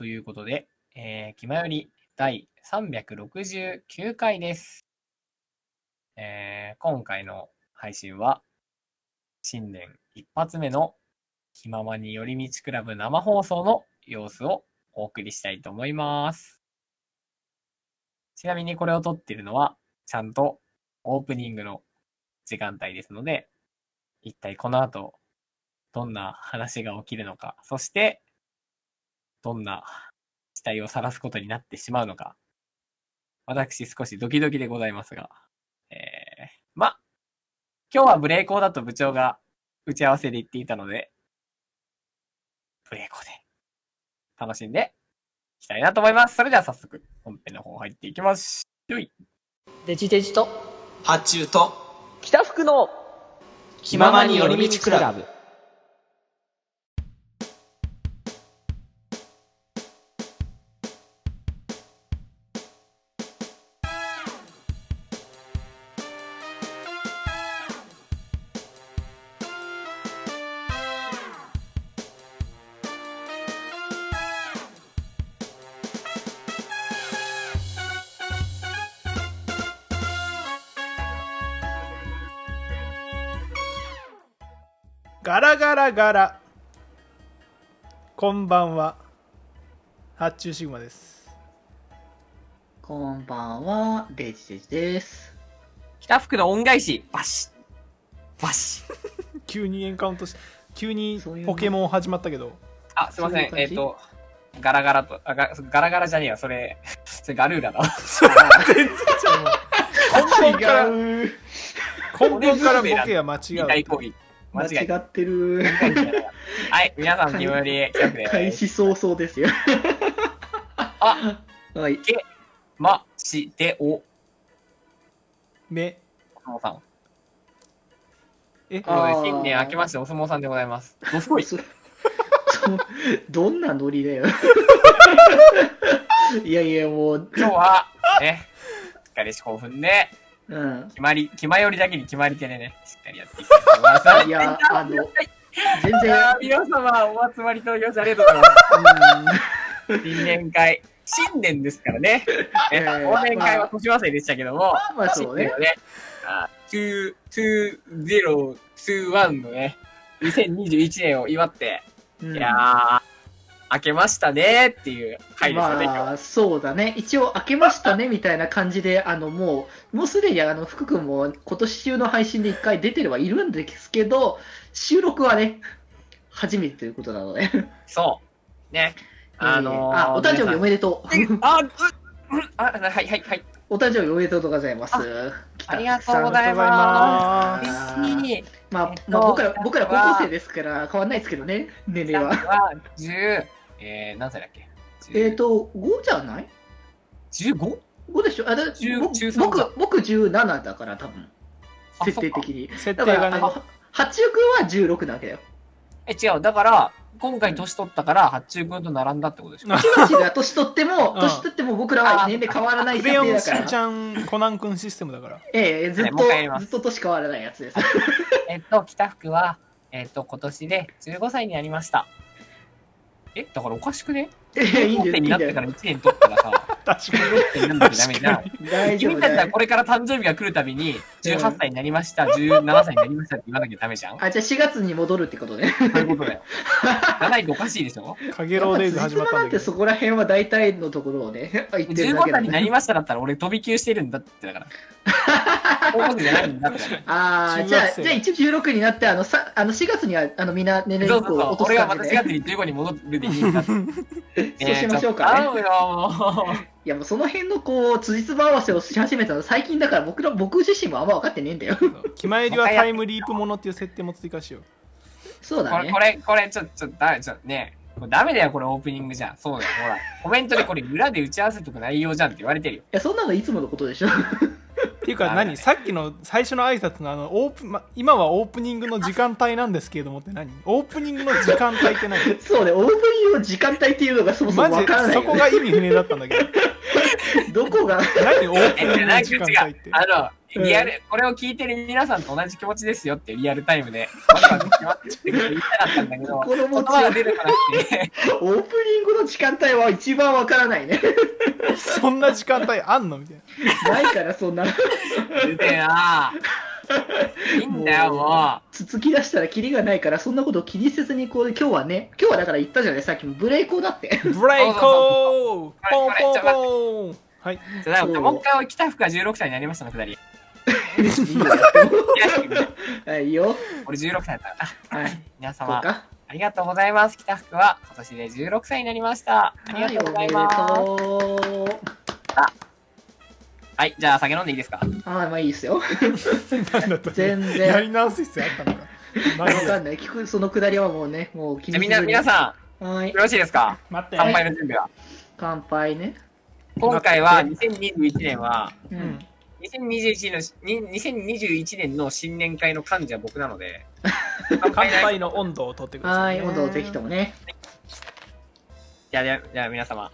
ということで、気まより第369回です。今回の配信は、新年一発目の気ままに寄り道クラブ生放送の様子をお送りしたいと思います。ちなみにこれを撮っているのは、ちゃんとオープニングの時間帯ですので、一体この後、どんな話が起きるのか、そして、どんな期待を晒すことになってしまうのか、私少しドキドキでございますが、今日はブレイコーだと部長が打ち合わせで言っていたので、ブレイコーで楽しんでいきたいなと思います。それでは早速本編の方入っていきます。 デジデジと発注と北福の気ままに寄り道クラブ。 ガラガラガラ、こんばんは、発注シグマです。 こんばんは、デジデジです。 北福の恩返し、バシッバシッ急にエンカウントし、急にポケモン始まったけど。 あ、すいません、ガラガラと、ガラガラじゃねえよ、それガルーラだ。 全然違う。根本からボケは間違う。 間違ってる。 はい、皆さん、気まより企画です。 開始早々ですよ。 あ、 はい。 ましてお。お相撲さん。新年明けましてお相撲さんでございます。どすこい。 どんなノリだよ。いやいや、もう。 今日は、ね、しっかり興奮で、 うん、 気まよりだけに決まり手でね、しっかりやっていきたいと思います。 いや、全然。 皆様、お集まりとよしありがとうございます。新年会。新年ですからね。忘年会は年忘れでしたけども、 まあそうね。 2021のね、2021年を祝って、いやー、明けましたねっていう回ですよね。 まあ、そうだね。一応、明けましたねみたいな感じで、もうすでに福君も今年中の配信で1回出てればいるんですけど、収録はね、初めてということなので。 そう。ね。 お誕生日おめでとう。はい。お誕生日おめでとうございます。 ありがとうございます。 まあ、僕ら高校生ですから変わんないですけどね、年齢は。 何歳だっけ 5じゃない ?15? 5でしょ。僕17だから多分。設定的に。 設定がね。 八中君は16なわけだよ。 違う。だから、今回年取ったから、八中君と並んだってことでしょ。 違う、年取っても僕らは年齢変わらない設定だから。 クレヨンしんちゃん、コナン君システムだから。 ずっと年変わらないやつです。 北福は、今年で15歳になりました。だからおかしくね？ いいんです。 になってから1年取ったらさ、 確かになってダメじゃん。君たちはこれから誕生日が来るたびに、18歳になりました、17歳になりましたって言わなきゃダメじゃん。 じゃあ4月に戻るってことね。 そういうことだよ。じゃないとおかしいでしょ。 かげろうデイズ始まったんだけど。 そこら辺は大体のところをね、言ってるだけ 15歳になりましただったら俺飛び級してるんだってだから。そういうことじゃないんだって。 じゃあ一応16になって、4月にはみんな年齢を落とす感じで。 俺はまた4月に15に戻るでいいんだって。 そうしましょうかね。いやもうその辺の辻褄合わせをし始めたの最近だから僕自身もあんま分かってねえんだよ。 気まよりはタイムリープものっていう設定も追加しよう。 そうだね。 これちょっとね、ダメだよこれオープニングじゃん。そうだよほらコメントでこれ裏で打ち合わせとか内容じゃんって言われてるよ。 いやそんなのいつものことでしょ。 っていうかさっきの最初の挨拶の今はオープニングの時間帯なんですけれどもって何？オープニングの時間帯って何？ そうね、オープニングの時間帯っていうのがそもそも分からない、 そこが意味不明だったんだけど。 どこが何オープニングの時間帯って。 リアル、これを聞いてる皆さんと同じ気持ちですよってリアルタイムで、ワクワク決まってって言いたかったんだけど、 この持ち言葉が出てこなくて、 オープニングの時間帯は一番わからないね。 そんな時間帯あんのみたいな。 ないから、そんな。 出てえな。いいんだよ、もつつき出したらキリがないから、そんなことを気にせずに、こう、今日はだから言ったじゃない、さっきもブレイクだって。 ブレイコーポンポンポン。はい。 う。じゃあ、もう一回、北福が16歳になりましたのくだり。 いいよ。はい、いいよ。 俺16歳だったな。 はい。 皆様、 そうか。 ありがとうございます。北福は今年で16歳になりました。ありがとうございます。 ははい、じゃあ酒飲んでいいですか？ まあいいですよ。 なんだった全然やり直す必要あったのか。まあいいやわかんない。そのくだりはもうね、もう気じゃあにせずに。 皆さん、 はい。 よろしいですか？ 待って。 乾杯の準備は。 乾杯ね。 今回は2021年は、 ううんん。 2021年の新年会の幹事は僕なので、 乾杯の温度を取ってくださ。 はいい、温度をぜひともね。 じゃあ皆様、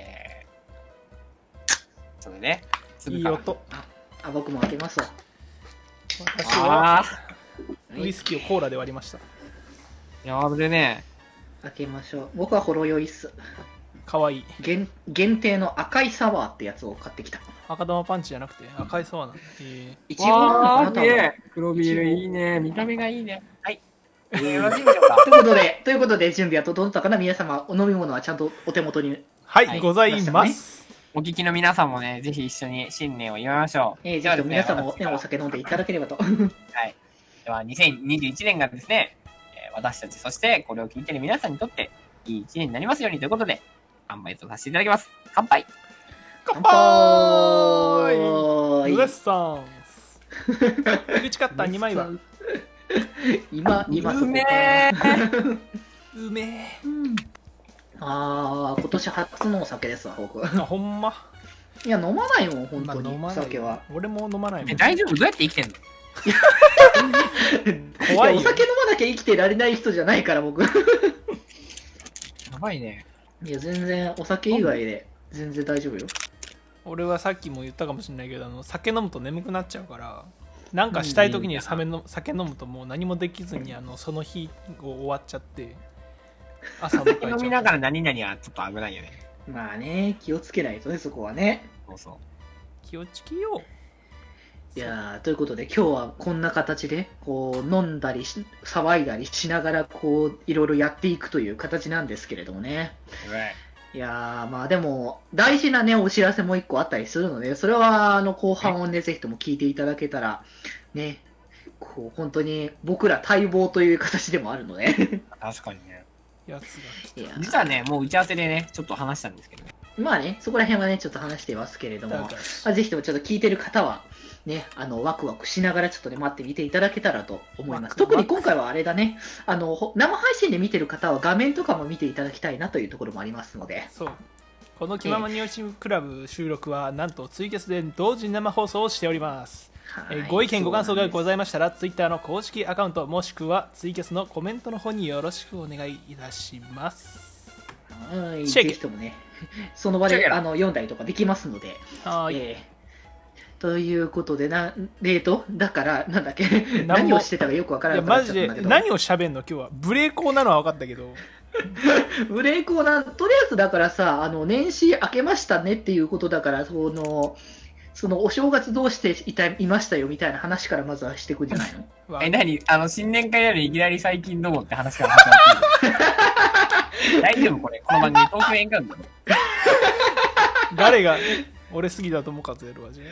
ちょっとね、 いい音。 僕も開けますわ。 私はあウイスキーをコーラで割りました。 ー、やべね。 開けましょう。僕はほろ酔いっす。 かわいい。 限定の赤いサワーってやつを買ってきた。 赤玉パンチじゃなくて赤いサワーなんだ。 いちごなのかな、多分。 すげえ。黒ビールいいね。見た目がいいね。はい。よろしいでしょうか？ ということで、準備は整ったかな？皆様、お飲み物はちゃんとお手元に。 はい、 はいございます。 お聞きの皆さんもね、ぜひ一緒に新年を祝いましょう。 ぜひとも皆さんもね、お酒飲んでいただければと。 はい。では、2021年がですね、私たち、そしてこれを聞いている皆さんにとって、いい一年になりますようにということで、乾杯とさせていただきます。乾杯。 乾杯はルネッサンス。入り近った2枚は。 今そこうめか。 ー。 うめえ。 今年初のお酒ですわ、僕。 あ、ほんま。 いや、飲まないもん、本まあ当に、 飲まない。 酒は。 俺も飲まないもん。 大丈夫？どうやって生きてんの？ 怖いよお酒飲まなきゃ生きてられない人じゃないから、僕。いやばいね。 や、全然、お酒以外で、全然大丈夫よ。 俺はさっきも言ったかもしれないけど、酒飲むと眠くなっちゃうからなんかしたい時に酒飲むともう何もできずにその日を終わっちゃって朝迎えちゃう。 飲みながら何々はちょっと危ないよね。 まあね、気をつけないとね、そこはね。 そうそう。 気をつけよう。 いやー、ということで、今日はこんな形で、こう、飲んだり騒いだりしながら、こう、いろいろやっていくという形なんですけれどもね。いやー、まあでも、大事なね、お知らせも一個あったりするので、それは、後半をね、ぜひとも聞いていただけたら、ね、こう、本当に、僕ら待望という形でもあるので。 確かにね。 やつがいやー実はね、もう打ち合わせでね、ちょっと話したんですけどね。 まあね、そこら辺はね、ちょっと話してますけれども、 だからまあ、ぜひともちょっと聞いてる方は、ね、ワクワクしながらちょっとね、待ってみていただけたらと思います。 ワクワク特に今回はあれだね、生配信で見てる方は画面とかも見ていただきたいなというところもありますので。 そうこの気ままによしクラブ収録はなんとツイキャスで同時に生放送をしております。 はいご意見ご感想がごいざいましたらツイッターの公式アカウントもしくはツイキャスのコメントの方によろしくお願いいたします。 はい、 チェックぜひともね、その場でチェック読んだりとかできますので。 はーい、 ということでだから、なんだっけ、 何も何をしてたかよくわからいやなくなマジでっちゃったんだけど。 何を喋んの今日は。ブレイコーなのは分かったけどブレイクをとりあえずだからさ、年始明けましたねっていうことだから、そのお正月どうしていましたよみたいな話からまずはしていくんじゃないの？ 何新年会なのにいきなり最近どうもって話から始まってる。大丈夫これ。この番組、東京エンカウント。 誰が俺杉田智和やるわじゃ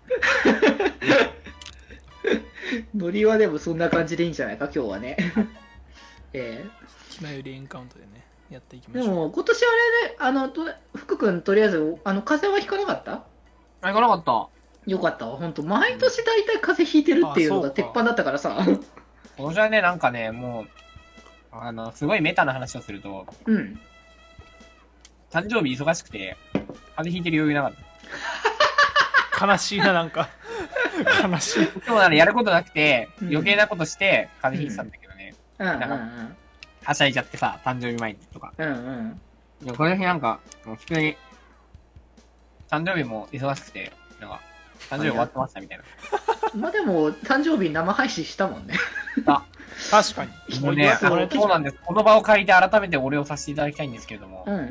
ノリはでもそんな感じでいいんじゃないか、今日はね。 気まよりエンカウントでねやっていきましょう。 でも、今年あれね、福君、とりあえず、風邪はひかなかった？ あ、行かなかった。 よかったわ、本当毎年大体風邪ひいてるっていうのあそうかが鉄板だったからさ。 今年はね、なんかね、もう、すごいメタな話をすると、 うん。 誕生日忙しくて、風邪ひいてる余裕なかった。 悲しいななんか悲しい。 でもやることなくて、 うん余計なことして風邪ひいてたんだけどね。 うんうんはしゃいじゃってさ、誕生日前にとか。 うん。うんうん。 でもこの日なんか、もう普通に、誕生日も忙しくて、なんか、 誕生日終わってましたみたいな。 まあでも、誕生日生配信したもんね。 確かに。 もうね、 そうそうなんです。この場を借りて改めてお礼をさせていただきたいんですけれども、 うんうん。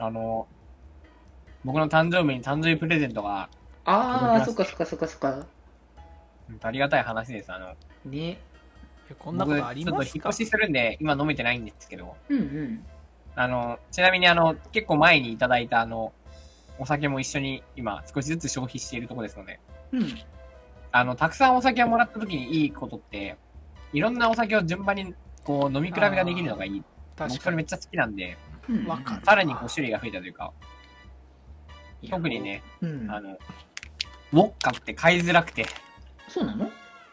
僕の誕生日に誕生日プレゼントが、 ああ、そっかそっかそっかそっか。 ありがたい話です。 ね。 いやこんなことあり僕、ちょっますか？ と引っ越しするんで、今飲めてないんですけど、 うんうん。 ちなみに結構前にいただいたお酒も一緒に今少しずつ消費しているところですので、 うん。 たくさんお酒をもらった時にいいことって、いろんなお酒を順番にこう飲み比べができるのがいい。僕確かに。 それめっちゃ好きなんで、 うんわかるさらにこう種類が増えたというか、特にね、 うん。 ウォッカって買いづらくて、 そうなの？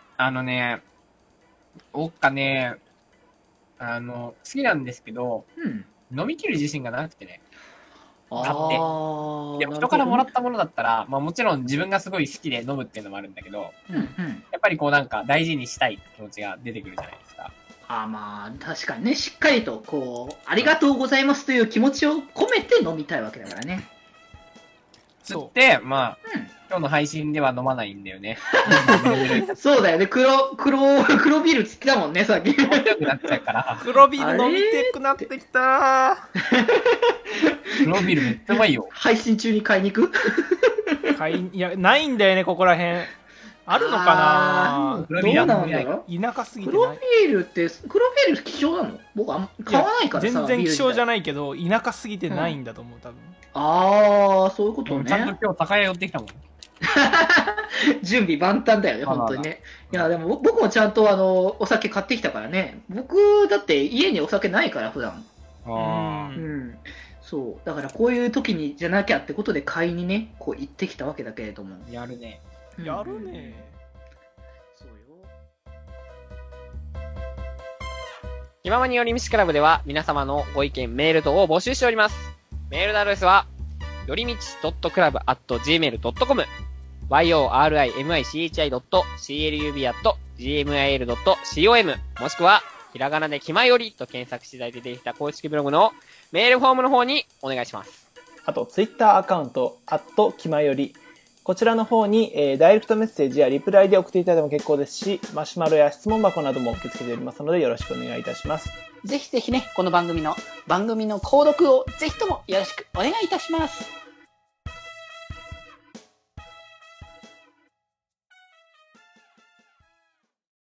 ウォッカね、好きなんですけど、 うん。 飲み切る自信がなくてね。 あ買ってあ。 でも人からもらったものだったら、まあもちろん自分がすごい好きで飲むっていうのもあるんだけど、 うんうん。 やっぱりこうなんか大事にしたい気持ちが出てくるじゃないですか。 あーまあ、確かにね、しっかりと、こう、ありがとうございますという気持ちを込めて飲みたいわけだからね。 そで、まあ、今日の配信では飲まないんだよね。 そうだよね、黒ビールつってたもんね、さっき。 気持ちよくなっちゃうからう。。黒ビール飲みてくなってきた黒ビールめっちゃうまいよ。 配信中に買いに行く？ いや、ないんだよね、ここら辺。あるのかな？ 黒ビールどうなんだろう？ 田舎すぎて黒ない。 ビールって、黒ビール希少なの？僕買わないからさ。 全然希少じゃない。 ないけど、田舎すぎてないんだと思う、多分。 ああ、そういうことちゃんとね。 今日酒屋寄ってきたもん。 準備万端だよね、本当にね。いや、でも僕もちゃんとお酒買ってきたからね。僕、だって家にお酒ないから、普段。 あうん。そう。だからこういう時にじゃなきゃってことで買いにね、こう行ってきたわけだけれども。 ーやるね。 やるね。 そうよ。 気ままに寄り道クラブでは皆様のご意見、メール等を募集しております。メールのアドレスは、よりみち.club@gmail.com yorimichi.club.gmail.com もしくは、ひらがなで気まよりと検索していただいて出てきた公式ブログのメールフォームの方にお願いします。 あと、ツイッターアカウント、きまより。こちらの方に、ダイレクトメッセージやリプライで送っていただいても結構ですし、マシュマロや質問箱なども受け付けておりますので、よろしくお願いいたします。 ぜひぜひね、この番組の購読をぜひともよろしくお願いいたします。